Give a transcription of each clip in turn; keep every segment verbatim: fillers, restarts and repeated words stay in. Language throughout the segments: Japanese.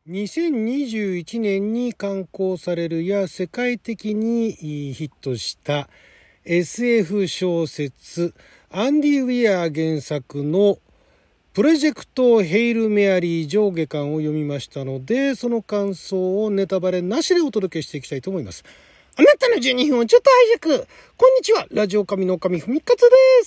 にせんにじゅういちねんに刊行されるや世界的にヒットした エスエフ 小説アンディ・ウィアー原作のプロジェクトヘイルメアリー上下巻を読みましたので、その感想をネタバレなしでお届けしていきたいと思います。あなたのじゅうにふんをちょっと拝借。こんにちは、ラジオ神の神ふみかつです。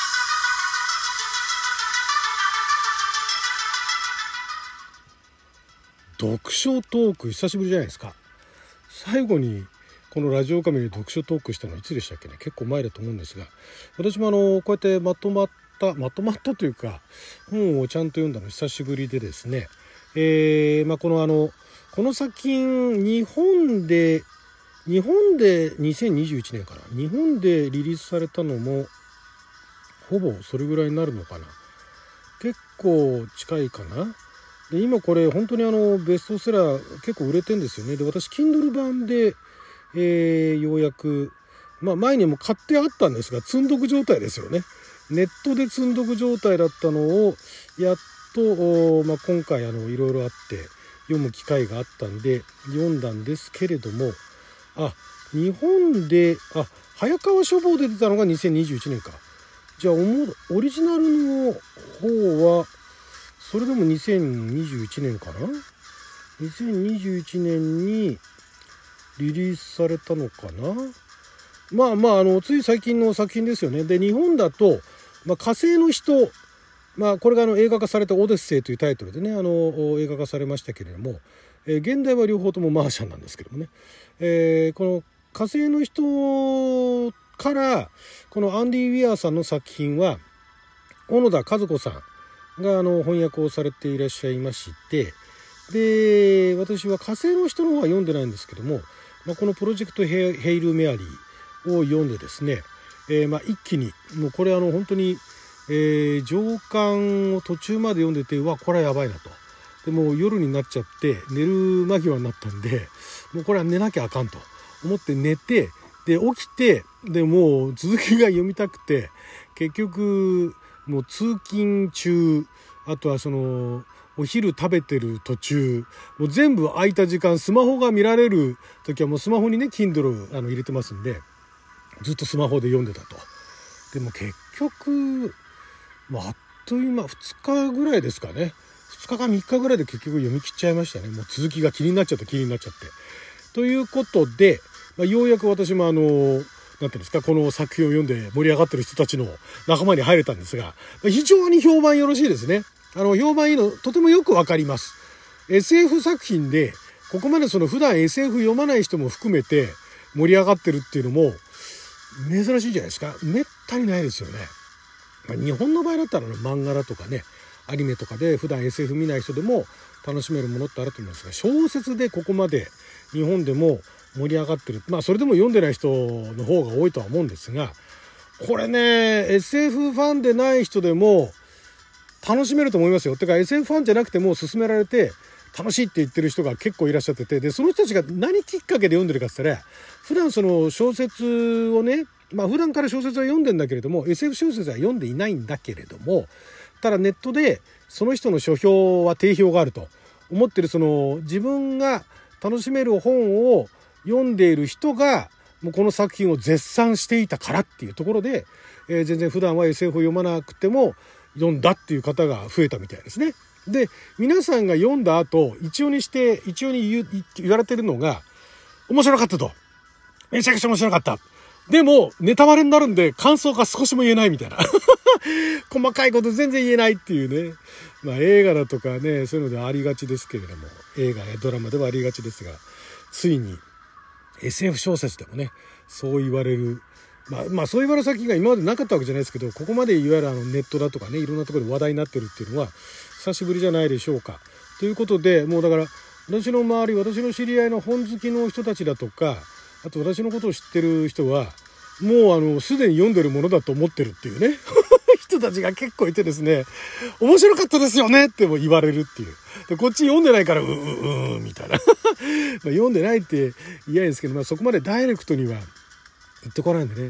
読書トーク久しぶりじゃないですか。最後にこのラジオカメで読書トークしたのいつでしたっけね。結構前だと思うんですが、私もあのこうやってまとまったまとまったというか本をちゃんと読んだの久しぶりでですね、えーまあ、このあのこの作品日本で日本でにせんにじゅういちねんかな、日本でリリースされたのもほぼそれぐらいになるのかな、結構近いかな。で今これ本当にあのベストセラー結構売れてんですよね。で私 Kindle 版で、えー、ようやく、まあ、前にも買ってあったんですが積んどく状態ですよね。ネットで積んどく状態だったのをやっと、まあ、今回あのいろいろあって読む機会があったんで読んだんですけれども、あ日本であ早川書房で出たのがにせんにじゅういちねんか。じゃあオリジナルの方はそれでもにせんにじゅういちねんかな、にせんにじゅういちねんにリリースされたのかな。まあまああのつい最近の作品ですよね。で日本だと、まあ、火星の人、まあこれがあの映画化されたオデッセイというタイトルでねあの映画化されましたけれども、えー、現代は両方ともマーシャンなんですけどもね、えー、この火星の人からこのアンディ・ウィアーさんの作品は小野田和子さんがあの翻訳をされていらっしゃいまして、で私は火星の人の方は読んでないんですけども、まあ、このプロジェクトヘイルメアリーを読んでですね、えー、まあ一気にもうこれあの本当に、えー、上巻を途中まで読んでて、うわこれはやばいなと。でもう夜になっちゃって寝る間際になったんで、もうこれは寝なきゃあかんと思って寝て、で起きて、でもう続きが読みたくて結局もう通勤中、あとはそのお昼食べてる途中、もう全部空いた時間、スマホが見られる時はもうスマホにね Kindle あの入れてますんでずっとスマホで読んでたと。でも結局、まあ、あっという間ふつかぐらいですかね、ふつかかみっかぐらいで結局読み切っちゃいましたね。もう続きが気になっちゃって気になっちゃってということで、まあ、ようやく私もあのなんていうんですか、この作品を読んで盛り上がってる人たちの仲間に入れたんですが、非常に評判よろしいですね。あの評判いいのとてもよくわかります。 エスエフ 作品でここまでその普段 エスエフ 読まない人も含めて盛り上がってるっていうのも珍しいじゃないですか。めったにないですよね。まあ、日本の場合だったら漫画だとかねアニメとかで普段 エスエフ 見ない人でも楽しめるものってあると思うんですが、小説でここまで日本でも盛り上がってる、まあそれでも読んでない人の方が多いとは思うんですが、これね エスエフ ファンでない人でも楽しめると思いますよ。てか エスエフ ファンじゃなくても勧められて楽しいって言ってる人が結構いらっしゃってて、でその人たちが何きっかけで読んでるかって言ったら、普段その小説をね、まあ普段から小説は読んでんだけれども エスエフ 小説は読んでいないんだけれども、ただネットでその人の書評は定評があると思ってる、その自分が楽しめる本を読んでいる人がもうこの作品を絶賛していたからっていうところで、えー、全然普段は エスエフ を読まなくても読んだっていう方が増えたみたいですね。で皆さんが読んだ後一応にして一応に 言, 言われてるのが面白かったと、めちゃくちゃ面白かった、でもネタバレになるんで感想が少しも言えないみたいな細かいこと全然言えないっていうね。まあ映画だとかねそういうのでありがちですけれども、映画やドラマではありがちですが、ついに エスエフ 小説でもねそう言われる、まあ、まあそう言われる先が今までなかったわけじゃないですけど、ここまでいわゆるあのネットだとかねいろんなところで話題になってるっていうのは久しぶりじゃないでしょうか。ということで、もうだから私の周り、私の知り合いの本好きの人たちだとか、あと私のことを知ってる人はもうあのすでに読んでるものだと思ってるっていうね人たちが結構いてですね、面白かったですよねっても言われるっていう。でこっち読んでないからうーうーみたいなまあ読んでないって嫌ですけど、まあ、そこまでダイレクトには言ってこないんでね、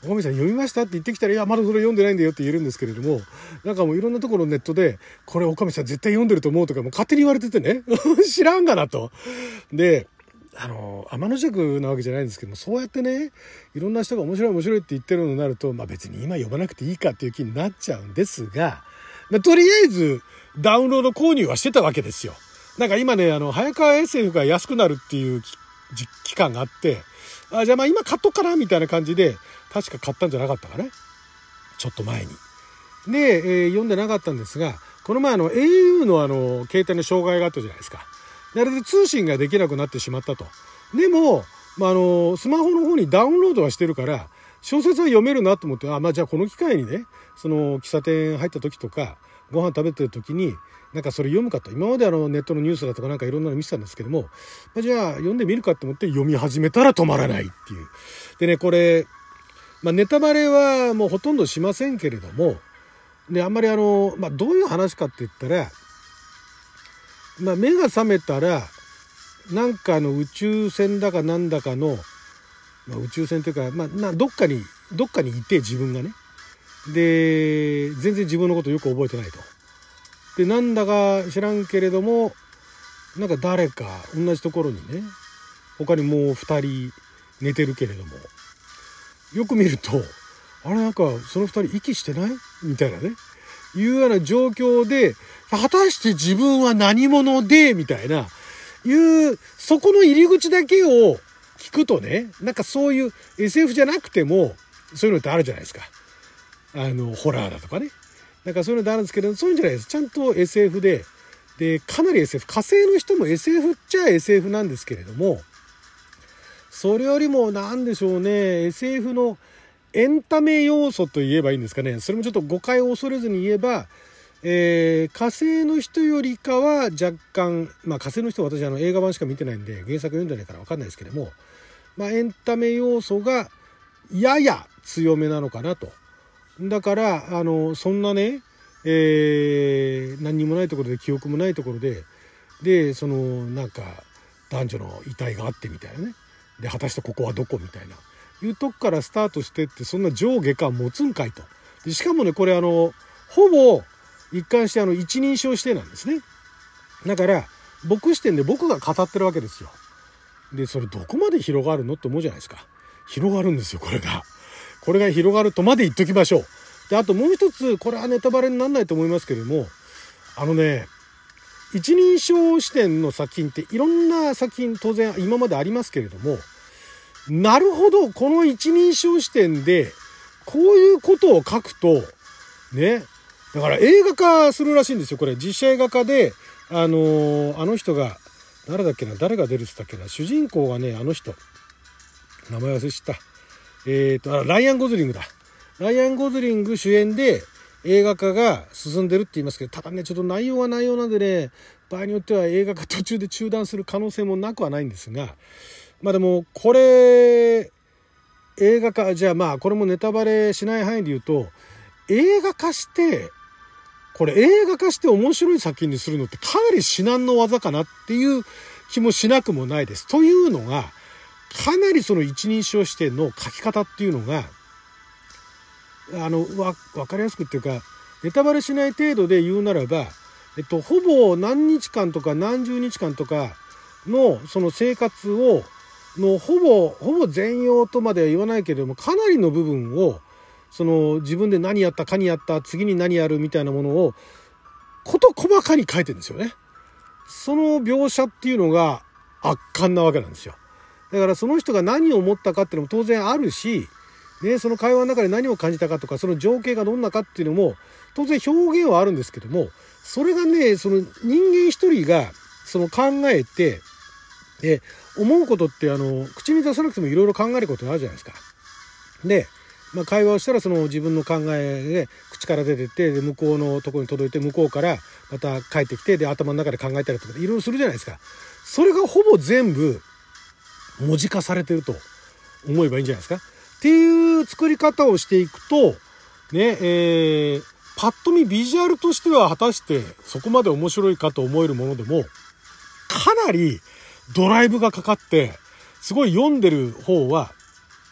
岡部さん読みましたって言ってきたら、いやまだそれ読んでないんだよって言えるんですけれども、なんかもういろんなところネットでこれ岡部さん絶対読んでると思うとかもう勝手に言われててね知らんがなと。であの天の弱なわけじゃないんですけども、そうやってねいろんな人が面白い面白いって言ってるのになると、まあ別に今読まなくていいかっていう気になっちゃうんですが、まあ、とりあえずダウンロード購入はしてたわけですよ。なんか今ねあの早川 エスエフ が安くなるっていう期間があって、あじゃあまあ今買っとくかなみたいな感じで確か買ったんじゃなかったかね、ちょっと前に。で、えー、読んでなかったんですが、この前あの エーユー のあの携帯の障害があったじゃないですか。あれで通信ができなくなってしまったと。でも、まあ、あのスマホの方にダウンロードはしてるから小説は読めるなと思って、あまあじゃあこの機会にねその喫茶店入った時とかご飯食べてる時になんかそれ読むかと。今まであのネットのニュースだとかなんかいろんなの見てたんですけども、まあ、じゃあ読んでみるかと思って読み始めたら止まらないっていう。でねこれ、まあ、ネタバレはもうほとんどしませんけれども、であんまりあの、まあ、どういう話かって言ったら、まあ、目が覚めたらなんかの宇宙船だかなんだかの、まあ、宇宙船というか、まあ、などっかにどっかにいて自分がね、で全然自分のことよく覚えてないと。でなんだか知らんけれどもなんか誰か同じところにね他にもうふたり寝てるけれども、よく見るとあれなんかそのふたり息してないみたいなねいうような状況で、果たして自分は何者でみたいないうそこの入り口だけを聞くとね、なんかそういう エスエフ じゃなくてもそういうのってあるじゃないですか。あのホラーだとかね、なんかそういうのってあるんですけど、そういうんじゃないです。ちゃんと エスエフ ででかなり エスエフ、火星の人も エスエフ っちゃ エスエフ なんですけれども、それよりもなんでしょうね、 エスエフ のエンタメ要素と言えばいいんですかね。それもちょっと誤解を恐れずに言えば、えー、火星の人よりかは若干、まあ火星の人は私あの映画版しか見てないんで原作読んでないから分かんないですけども、まあエンタメ要素がやや強めなのかなと。だからあのそんなね、えー、何にもないところで記憶もないところででそのなんか男女の遺体があってみたいなね、で果たしてここはどこみたいないうとこからスタートしてって、そんな上下感持つんかいと。でしかもねこれあのほぼ一貫してあの一人称指定なんですね。だから僕視点で僕が語ってるわけですよ。でそれどこまで広がるのって思うじゃないですか。広がるんですよ。これがこれが広がるとまで言っときましょう。であともう一つ、これはネタバレにならないと思いますけれども、あのね一人称視点の作品っていろんな作品当然今までありますけれども、なるほどこの一人称視点でこういうことを書くとね、だから映画化するらしいんですよ。これ実写映画化であのー、あの人が誰だっけな、誰が出るって言ったっけな、主人公がねあの人名前忘れちゃった、えーとライアン・ゴズリングだ。ライアン・ゴズリング主演で映画化が進んでるって言いますけど、ただねちょっと内容は内容なんでね、場合によっては映画化途中で中断する可能性もなくはないんですが、まあでもこれ映画化、じゃあまあこれもネタバレしない範囲で言うと、映画化してこれ映画化して面白い作品にするのってかなり至難の技かなっていう気もしなくもないです。というのがかなりその一人称視点の書き方っていうのがあのわ分かりやすくっていうか、ネタバレしない程度で言うならば、えっと、ほぼ何日間とか何十日間とかのその生活をのほぼほぼ全容とまでは言わないけれども、かなりの部分をその自分で何やったかにやった次に何やるみたいなものを事細かに書いてるんですよね。その描写っていうのが圧巻なわけなんですよ。だからその人が何を思ったかっていうのも当然あるし、ね、その会話の中で何を感じたかとか、その情景がどんなかっていうのも当然表現はあるんですけども、それがねその人間一人がその考えてで思うことってあの口に出さなくてもいろいろ考えることがあるじゃないですか。で、まあ、会話をしたらその自分の考えで口から出てってで向こうのところに届いて向こうからまた帰ってきてで頭の中で考えたりとかいろいろするじゃないですか。それがほぼ全部文字化されてると思えばいいんじゃないですかっていう作り方をしていくとね、えー、パッと見ビジュアルとしては果たしてそこまで面白いかと思えるものでもかなりドライブがかかってすごい読んでる方は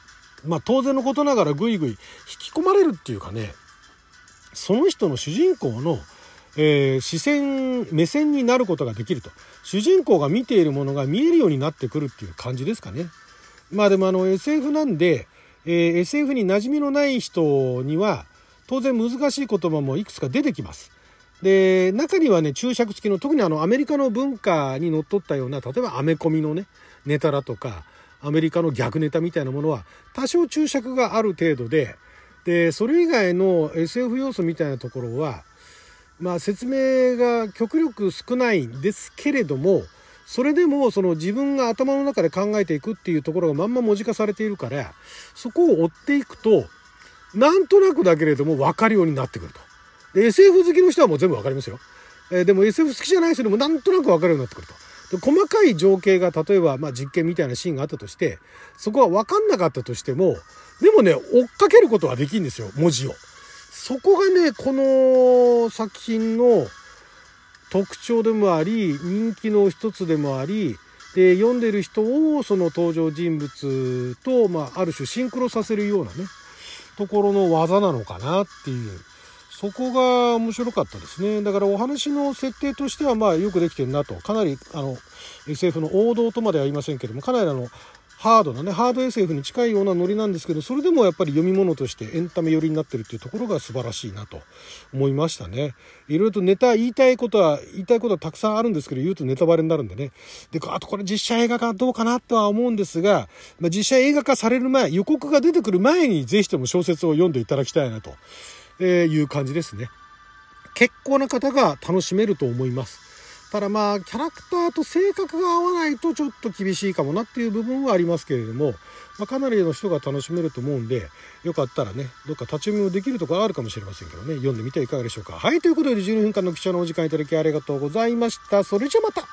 まあ当然のことながらぐいぐい引き込まれるっていうかね、その人の主人公の、えー、視線目線になることができると、主人公が見ているものが見えるようになってくるっていう感じですかね。まあでもあの エスエフ なんで、えー、エスエフ に馴染みのない人には当然難しい言葉もいくつか出てきます。で中にはね注釈付きの、特にあのアメリカの文化にのっとったような、例えばアメコミのねネタだとかアメリカの逆ネタみたいなものは多少注釈がある程度で、でそれ以外の エスエフ 要素みたいなところはまあ説明が極力少ないんですけれども、それでもその自分が頭の中で考えていくっていうところがまんま文字化されているから、そこを追っていくとなんとなくだけれども分かるようになってくると。で エスエフ 好きの人はもう全部分かりますよ。えー、でも エスエフ 好きじゃない人でもなんとなく分かるようになってくると。で細かい情景が例えばまあ実験みたいなシーンがあったとして、そこは分かんなかったとしても、でもね追っかけることはできるんですよ、文字を。そこがねこの作品の特徴でもあり人気の一つでもあり、で読んでる人をその登場人物と、まあ、ある種シンクロさせるようなねところの技なのかなっていう、そこが面白かったですね。だからお話の設定としてはまあよくできてるなと、かなりあの エスエフ の王道とまでは言いませんけども、かなりあのハードなねハード エスエフ に近いようなノリなんですけど、それでもやっぱり読み物としてエンタメ寄りになってるっていうところが素晴らしいなと思いましたね。いろいろとネタ言いたいことは言いたいことはたくさんあるんですけど、言うとネタバレになるんでね。であとこれ実写映画化どうかなとは思うんですが、まあ、実写映画化される前、予告が出てくる前にぜひとも小説を読んでいただきたいなという感じですね。結構な方が楽しめると思います。ただまあキャラクターと性格が合わないとちょっと厳しいかもなっていう部分はありますけれども、まあ、かなりの人が楽しめると思うんで、よかったらねどっか立ち読みもできるところあるかもしれませんけどね、読んでみてはいかがでしょうか。はい、ということでじゅうにふんかんの貴重なお時間いただきありがとうございました。それじゃまた。